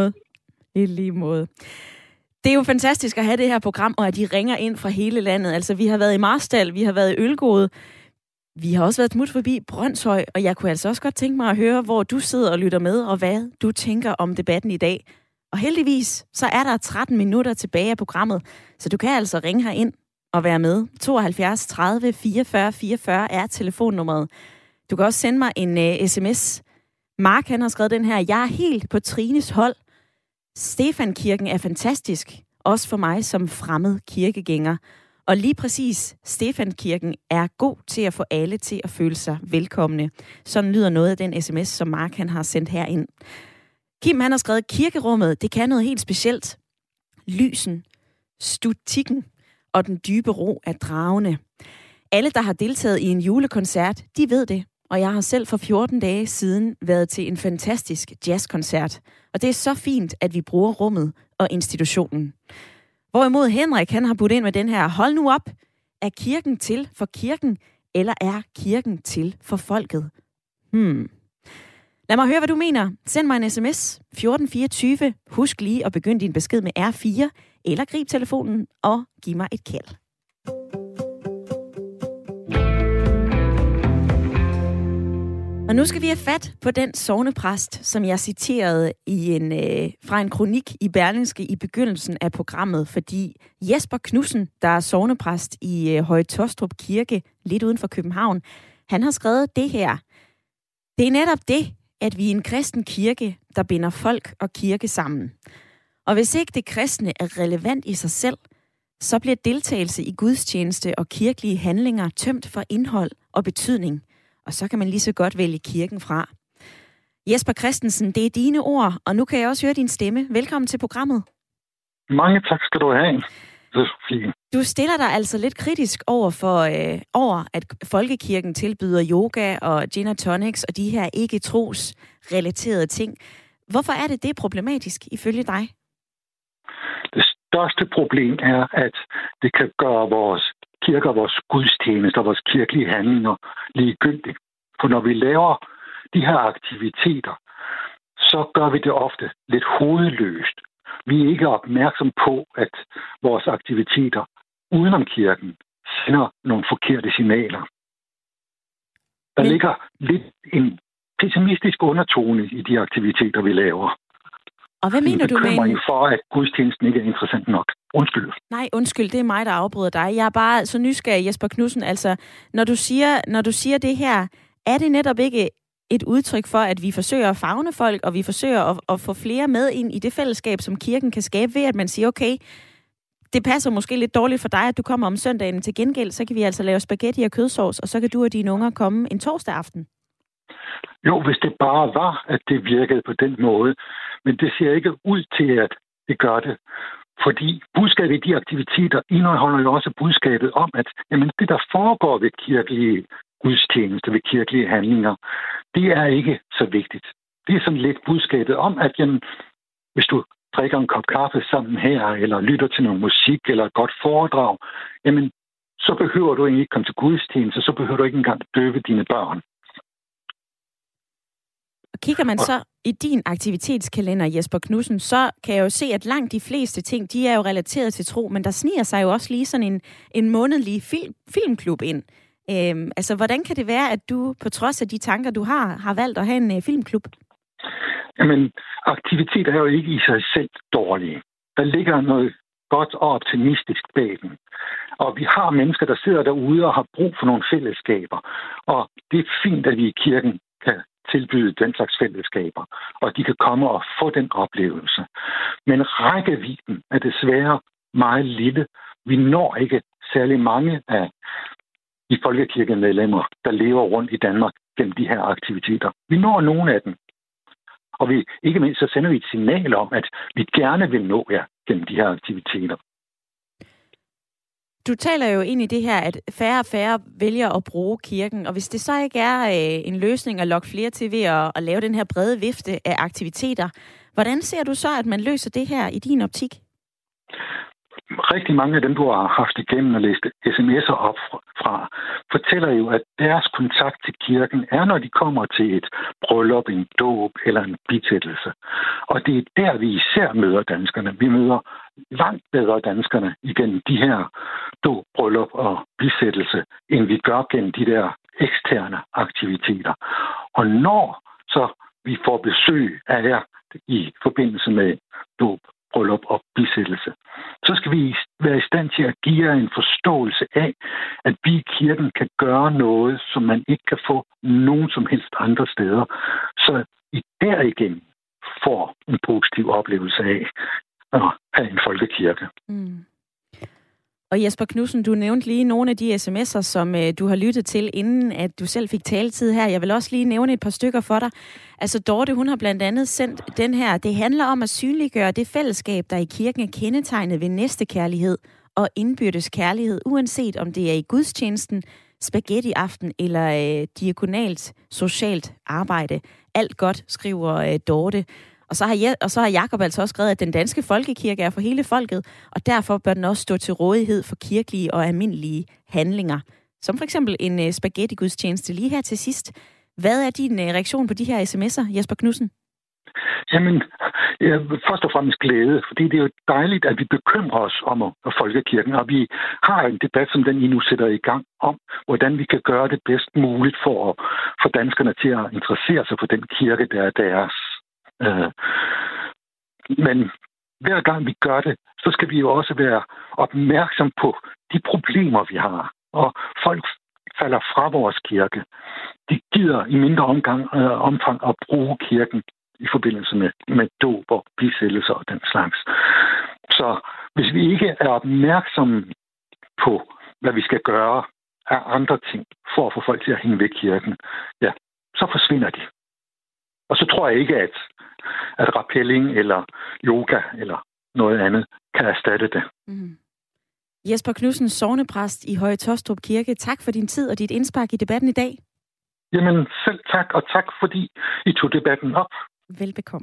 lige måde. Det er jo fantastisk at have det her program, og at de ringer ind fra hele landet. Altså, vi har været i Marstal, vi har været i Ølgode, vi har også været smut forbi Brønshøj, og jeg kunne altså også godt tænke mig at høre, hvor du sidder og lytter med, og hvad du tænker om debatten i dag. Og heldigvis, så er der 13 minutter tilbage af programmet, så du kan altså ringe herind og være med. 72 30 44 44 er telefonnummeret. Du kan også sende mig en sms. Mark, han har skrevet den her: jeg er helt på Trines hold. Stefankirken er fantastisk, også for mig som fremmed kirkegænger. Og lige præcis, Stefankirken er god til at få alle til at føle sig velkomne. Sådan lyder noget af den sms, som Mark han har sendt herind. Kim, han har skrevet: kirkerummet, det kan noget helt specielt. Lysen, stutikken og den dybe ro af dragene. Alle, der har deltaget i en julekoncert, de ved det. Og jeg har selv for 14 dage siden været til en fantastisk jazzkoncert. Og det er så fint, at vi bruger rummet og institutionen. Hvorimod Henrik, han har budt ind med den her: hold nu op. Er kirken til for kirken, eller er kirken til for folket? Lad mig høre, hvad du mener. Send mig en sms 1424. Husk lige at begynde din besked med R4, eller grib telefonen og giv mig et kald. Og nu skal vi have fat på den sognepræst, som jeg citerede fra en kronik i Berlingske i begyndelsen af programmet, fordi Jesper Knudsen, der er sognepræst i Høje Taastrup Kirke, lidt uden for København, han har skrevet det her: det er netop det, at vi er en kristen kirke, der binder folk og kirke sammen. Og hvis ikke det kristne er relevant i sig selv, så bliver deltagelse i gudstjeneste og kirkelige handlinger tømt for indhold og betydning. Og så kan man lige så godt vælge kirken fra. Jesper Christensen, det er dine ord, og nu kan jeg også høre din stemme. Velkommen til programmet. Mange tak skal du have. Du stiller dig altså lidt kritisk over at folkekirken tilbyder yoga og gin og tonics og de her ikke trosrelaterede ting. Hvorfor er det problematisk ifølge dig? Det største problem er, at det kan gøre vores kirker, vores gudstjenester, vores kirkelige handlinger ligegyldige. For når vi laver de her aktiviteter, så gør vi det ofte lidt hovedløst. Vi er ikke opmærksom på, at vores aktiviteter udenom kirken sender nogle forkerte signaler. Der ligger lidt en pessimistisk undertone i de aktiviteter, vi laver. Og hvad mener du med for, at gudstjenesten ikke er interessant nok? Undskyld. Nej, undskyld, det er mig, der afbryder dig. Jeg er bare så nysgerrig, Jesper Knudsen. Altså, når du siger det her, er det netop ikke et udtryk for, at vi forsøger at favne folk, og vi forsøger at få flere med ind i det fællesskab, som kirken kan skabe, ved at man siger, okay, det passer måske lidt dårligt for dig, at du kommer om søndagen. Til gengæld, så kan vi altså lave spaghetti og kødsovs, og så kan du og dine unger komme en torsdag aften. Jo, hvis det bare var, at det virkede på den måde. Men det ser ikke ud til, at det gør det. Fordi budskabet i de aktiviteter indeholder jo også budskabet om, at jamen, det, der foregår ved kirkelige gudstjenester, ved kirkelige handlinger, det er ikke så vigtigt. Det er sådan lidt budskabet om, at jamen, hvis du drikker en kop kaffe sammen her, eller lytter til noget musik, eller et godt foredrag, jamen, så behøver du egentlig ikke komme til gudstjeneste, så behøver du ikke engang døbe dine børn. Og kigger man så i din aktivitetskalender, Jesper Knudsen, så kan jeg jo se, at langt de fleste ting, de er jo relateret til tro, men der sniger sig jo også lige sådan en månedlig filmklub ind. Altså, hvordan kan det være, at du, på trods af de tanker, du har valgt at have en filmklub? Jamen, aktivitet er jo ikke i sig selv dårlige. Der ligger noget godt og optimistisk bag den. Og vi har mennesker, der sidder derude og har brug for nogle fællesskaber. Og det er fint, at vi i kirken kan tilbyde den slags fællesskaber, og de kan komme og få den oplevelse. Men rækkevidden er desværre meget lille. Vi når ikke særlig mange af de folkekirkemedlemmer, der lever rundt i Danmark gennem de her aktiviteter. Vi når nogle af dem. Og ikke mindst så sender vi et signal om, at vi gerne vil nå jer gennem de her aktiviteter. Du taler jo ind i det her, at færre og færre vælger at bruge kirken, og hvis det så ikke er en løsning at lokke flere til ved at lave den her brede vifte af aktiviteter, hvordan ser du så, at man løser det her i din optik? Rigtig mange af dem, du har haft igennem og læst sms'er op fra, fortæller jo, at deres kontakt til kirken er, når de kommer til et bryllup, en dåb eller en bisættelse. Og det er der, vi især møder danskerne. Vi møder langt bedre danskerne igennem de her dåb, bryllup og bisættelse, end vi gør gennem de der eksterne aktiviteter. Og når så vi får besøg af jer i forbindelse med dåb, bryllup og bisættelse, så skal vi være i stand til at give jer en forståelse af, at vi i kirken kan gøre noget, som man ikke kan få nogen som helst andre steder. Så I derigennem får en positiv oplevelse af at have en folkekirke. Mm. Og Jesper Knudsen, du nævnte lige nogle af de sms'er, som du har lyttet til, inden at du selv fik taletid her. Jeg vil også lige nævne et par stykker for dig. Altså Dorte, hun har blandt andet sendt den her. Det handler om at synliggøre det fællesskab, der i kirken er kendetegnet ved næstekærlighed og indbyrdes kærlighed, uanset om det er i gudstjenesten, spaghetti-aften eller diakonalt socialt arbejde. Alt godt, skriver Dorte. Og så har Jakob altså også skrevet, at den danske folkekirke er for hele folket, og derfor bør den også stå til rådighed for kirkelige og almindelige handlinger. Som for eksempel en spaghetti-gudstjeneste lige her til sidst. Hvad er din reaktion på de her sms'er, Jesper Knudsen? Jamen, først og fremmest glæde, fordi det er jo dejligt, at vi bekymrer os om folkekirken, og vi har en debat, som den I nu sætter i gang, om hvordan vi kan gøre det bedst muligt for at få danskerne til at interessere sig for den kirke, der er deres. Men hver gang vi gør det, så skal vi jo også være opmærksom på de problemer, vi har. Og folk falder fra vores kirke. De gider i mindre omfang at bruge kirken i forbindelse med dåb og bisættelser og den slags. Så hvis vi ikke er opmærksomme på, hvad vi skal gøre af andre ting, for at få folk til at hænge ved kirken, ja, så forsvinder de. Og så tror jeg ikke, at rappelling eller yoga eller noget andet kan erstatte det. Mm. Jesper Knudsen, sognepræst i Høje Taastrup Kirke. Tak for din tid og dit indspark i debatten i dag. Jamen selv tak, og tak fordi I tog debatten op. Velbekomme.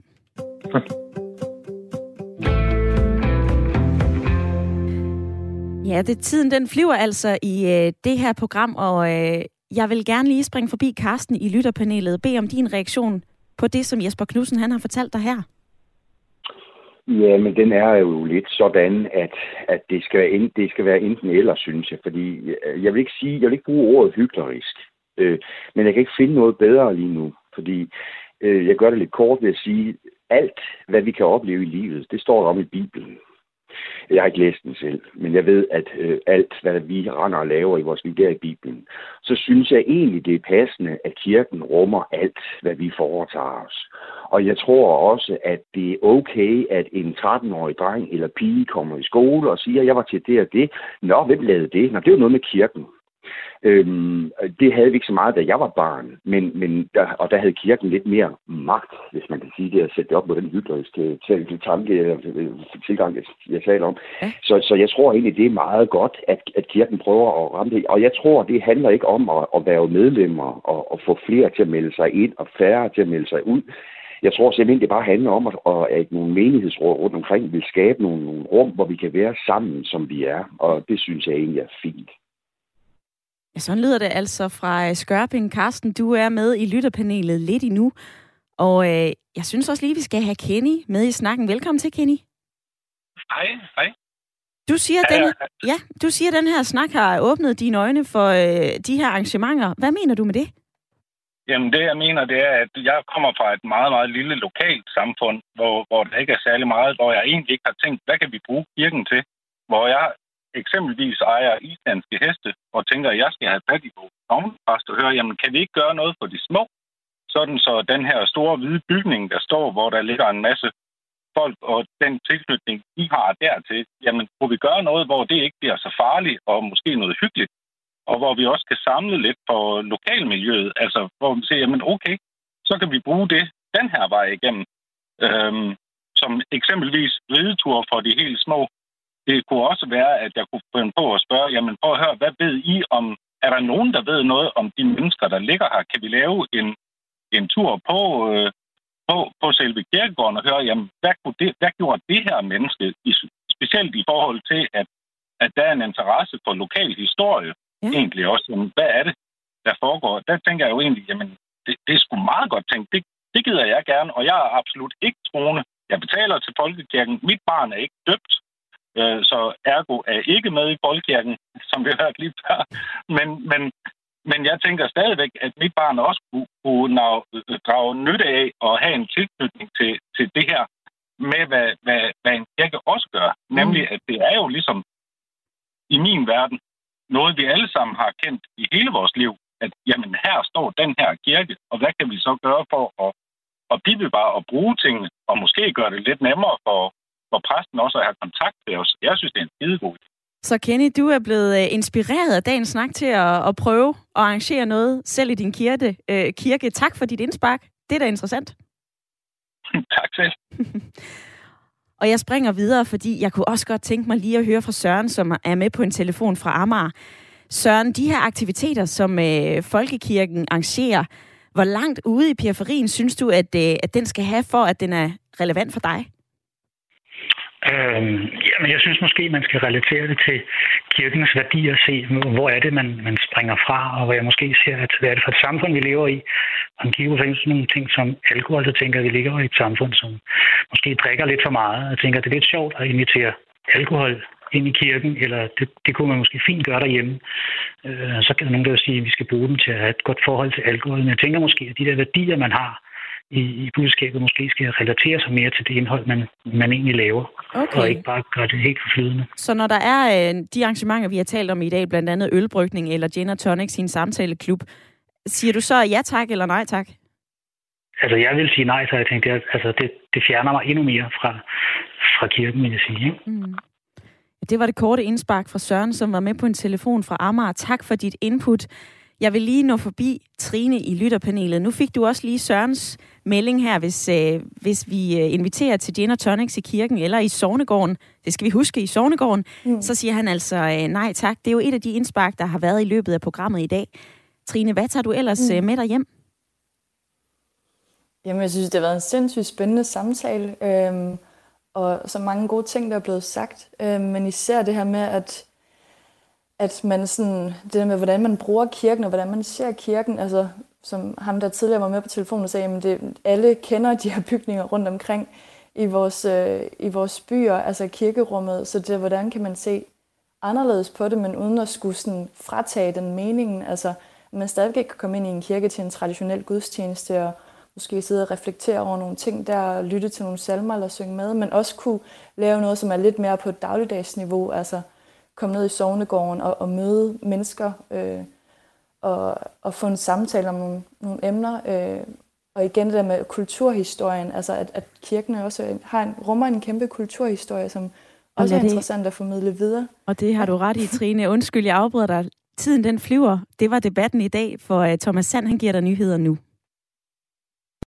Ja, tiden den flyver altså i det her program, og jeg vil gerne lige springe forbi Karsten i lytterpanelet og bede om din reaktion på det, som Jesper Knudsen han har fortalt dig her. Ja, men den er jo lidt sådan, at det skal være enten eller, synes jeg. Fordi jeg vil ikke bruge ordet hyklerisk, men jeg kan ikke finde noget bedre lige nu. Fordi jeg gør det lidt kort ved at sige, alt, hvad vi kan opleve i livet, det står der om i Bibelen. Jeg har ikke læst den selv, men jeg ved, at alt, hvad vi render og laver i vores liv, der i Bibelen, så synes jeg egentlig, det er passende, at kirken rummer alt, hvad vi foretager os. Og jeg tror også, at det er okay, at en 13-årig dreng eller pige kommer i skole og siger, jeg var til det og det. Nå, hvem lavede det? Nå, det er jo noget med kirken. Det havde vi ikke så meget, da jeg var barn, men der havde kirken lidt mere magt, hvis man kan sige det, at sætte det op på den hykleriske tilgang, jeg taler om. Ja. Så jeg tror egentlig, det er meget godt, at kirken prøver at ramme det. Og jeg tror, det handler ikke om at være medlemmer og få flere til at melde sig ind og færre til at melde sig ud. Jeg tror simpelthen, det bare handler om, at nogle menighedsråd rundt omkring vil skabe nogle rum, hvor vi kan være sammen, som vi er. Og det synes jeg egentlig er fint. Ja, sådan lyder det altså fra Skørping. Karsten, du er med i lytterpanelet lidt endnu. Og jeg synes også lige, vi skal have Kenny med i snakken. Velkommen til, Kenny. Hej. Du siger, at den her snak har åbnet dine øjne for de her arrangementer. Hvad mener du med det? Jamen, det jeg mener, det er, at jeg kommer fra et meget, meget lille lokalt samfund, hvor der ikke er særlig meget, hvor jeg egentlig ikke har tænkt, hvad kan vi bruge kirken til? Hvor jeg eksempelvis ejer islandske heste, og tænker, at jeg skal have fat i sognepræst og høre, jamen kan vi ikke gøre noget for de små? Sådan så den her store hvide bygning, der står, hvor der ligger en masse folk, og den tilknytning, de har dertil, jamen kunne vi gøre noget, hvor det ikke bliver så farligt, og måske noget hyggeligt, og hvor vi også kan samle lidt på lokalmiljøet, altså hvor vi siger, jamen okay, så kan vi bruge det den her vej igennem, som eksempelvis ridetur for de helt små. Det kunne også være, at jeg kunne finde på at spørge, jamen prøv at høre, hvad ved I om, er der nogen, der ved noget om de mennesker, der ligger her? Kan vi lave en tur på selve kirkegården og høre, jamen hvad gjorde det her menneske, specielt i forhold til, at der er en interesse for lokal historie, egentlig også. Jamen, hvad er det, der foregår? Der tænker jeg jo egentlig, jamen det er sgu meget godt tænkt. Det gider jeg gerne, og jeg er absolut ikke troende. Jeg betaler til folkekirken. Mit barn er ikke døbt. Så ergo er ikke med i folkekirken, som vi har hørt lige før. Men jeg tænker stadigvæk, at mit barn også kunne drage nytte af og have en tilknytning til det her med, hvad en kirke også gør. Nemlig, at det er jo ligesom i min verden noget, vi alle sammen har kendt i hele vores liv. At jamen, her står den her kirke, og hvad kan vi så gøre for at bibevare og bruge tingene, og måske gøre det lidt nemmere for præsten også at have kontakt med os. Jeg synes, det er en skidegod idé. Så Kenny, du er blevet inspireret af dagens snak til at prøve at arrangere noget selv i din kirke. Tak for dit indspark. Det er da interessant. Tak selv. Og jeg springer videre, fordi jeg kunne også godt tænke mig lige at høre fra Søren, som er med på en telefon fra Amager. Søren, de her aktiviteter, som Folkekirken arrangerer, hvor langt ude i periferien synes du, at den skal have, for at den er relevant for dig? Jamen, jeg synes måske, man skal relatere det til kirkens værdier og se, hvor er det, man springer fra, og hvor jeg måske ser, at hvad er det for et samfund, vi lever i. Og man kigger på sådan nogle ting som alkohol, så tænker jeg, at vi ligger i et samfund, som måske drikker lidt for meget. Jeg tænker, at det er lidt sjovt at invitere alkohol ind i kirken, eller det kunne man måske fint gøre derhjemme. Så kan der nogen der sige, at vi skal bruge dem til at have et godt forhold til alkohol. Men jeg tænker måske, at de der værdier, man har i budskabet, måske skal relatere sig mere til det indhold, man egentlig laver. Okay. Og ikke bare gøre det helt forflydende. Så når der er de arrangementer, vi har talt om i dag, blandt andet ølbrygning eller gin og tonic i en samtaleklub, siger du så ja tak eller nej tak? Altså, jeg vil sige nej, så jeg tænkte, det fjerner mig endnu mere fra kirken, vil jeg sige. Ikke? Mm. Det var det korte indspark fra Søren, som var med på en telefon fra Amager. Tak for dit input. Jeg vil lige nå forbi Trine i lytterpanelet. Nu fik du også lige Sørens melding her, hvis vi inviterer til gin og tonics i kirken eller i sognegården. Det skal vi huske i sognegården. Så siger han altså nej tak. Det er jo et af de indspark, der har været i løbet af programmet i dag. Trine, hvad tager du ellers med dig hjem? Jamen, jeg synes, det har været en sindssygt spændende samtale. Og så mange gode ting, der er blevet sagt. Men især det her med, at man sådan, det der med, hvordan man bruger kirken, og hvordan man ser kirken, altså som ham, der tidligere var med på telefonen og sagde, at alle kender de her bygninger rundt omkring i vores byer, altså kirkerummet, så det, hvordan kan man se anderledes på det, men uden at skulle sådan fratage den meningen, altså at man stadig ikke kan komme ind i en kirke til en traditionel gudstjeneste, og måske sidde og reflektere over nogle ting der, og lytte til nogle salmer eller synge med, men også kunne lave noget, som er lidt mere på et dagligdagsniveau, altså komme ned i sognegården og møde mennesker, og få en samtale om nogle emner. Og igen det der med kulturhistorien, altså at kirken også rummer en kæmpe kulturhistorie, som også er interessant at formidle videre. Og det har du ret i, Trine. Undskyld, jeg afbryder dig. Tiden den flyver. Det var debatten i dag, for Thomas Sand, han giver dig nyheder nu.